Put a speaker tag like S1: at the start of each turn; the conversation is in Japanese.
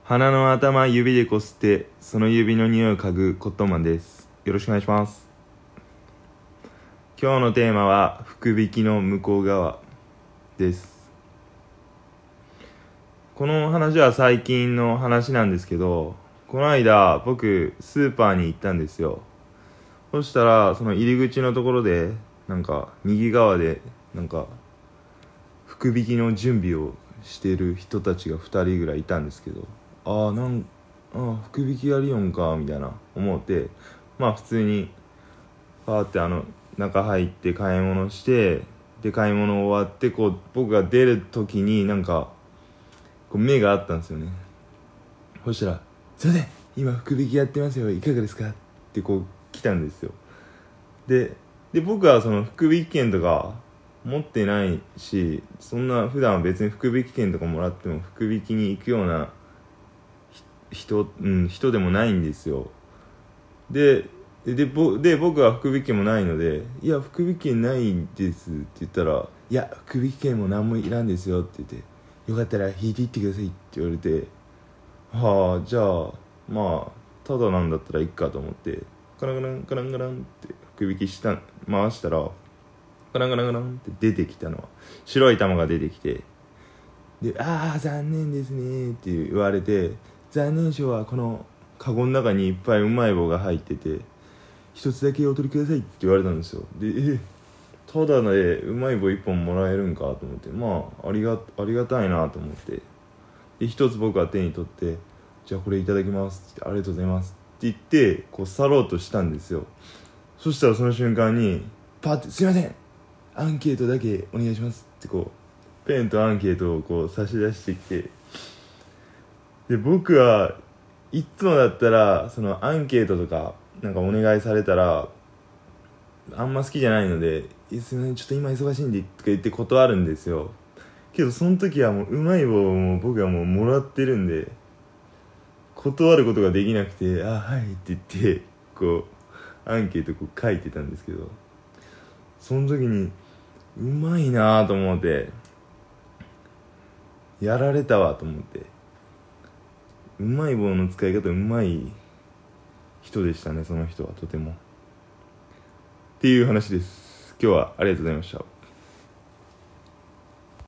S1: 鼻の頭指でこすってその指の匂いを嗅ぐコットンマンです。よろしくお願いします。今日のテーマは福引きの向こう側です。この話は最近の話なんですけど、この間僕スーパーに行ったんですよ。そしたらその入り口のところで右側で福引きの準備をしている人たちが2人ぐらいいたんですけど、福引きやりよんかみたいな思って、普通にパーって中入って買い物して、で買い物終わって僕が出る時に目があったんですよね。そしたら「すいません、今福引きやってますよ、いかがですか?」って来たんですよ。で僕はその福引き券とか持ってないし、そんな普段は別に福引き券とかもらっても福引きに行くような人でもないんですよ。で僕は福引き券もないので「いや福引き券ないんです」って言ったら「いや福引き券も何もいらんですよ」って言って「よかったら引いていってください」って言われて、じゃあただなんだったらいっかと思ってカランカランカランカランって福引き回したら、カランカランカランって出てきたのは白い玉が出てきて、で残念ですねって言われて、残念賞はこのカゴの中にいっぱいうまい棒が入ってて一つだけお取りくださいって言われたんですよ。でただでうまい棒1本もらえるんかと思って、ありがたいなと思って、で一つ僕は手に取って「じゃあこれいただきます」って「ありがとうございます」って言って去ろうとしたんですよ。そしたらその瞬間にパッて「すいません、アンケートだけお願いします」ってペンとアンケートを差し出してきて、で僕はいつもだったらそのアンケートとかお願いされたらあんま好きじゃないので「すいません、ちょっと今忙しいんで」とか言って断るんですよ。けどその時はもううまい棒を僕はもうもらってるんで断ることができなくて「はい」って言ってアンケート書いてたんですけど、その時にうまいなと思ってやられたわと思って、うまい棒の使い方うまい人でしたね、その人はとても。っていう話です。今日はありがとうございました。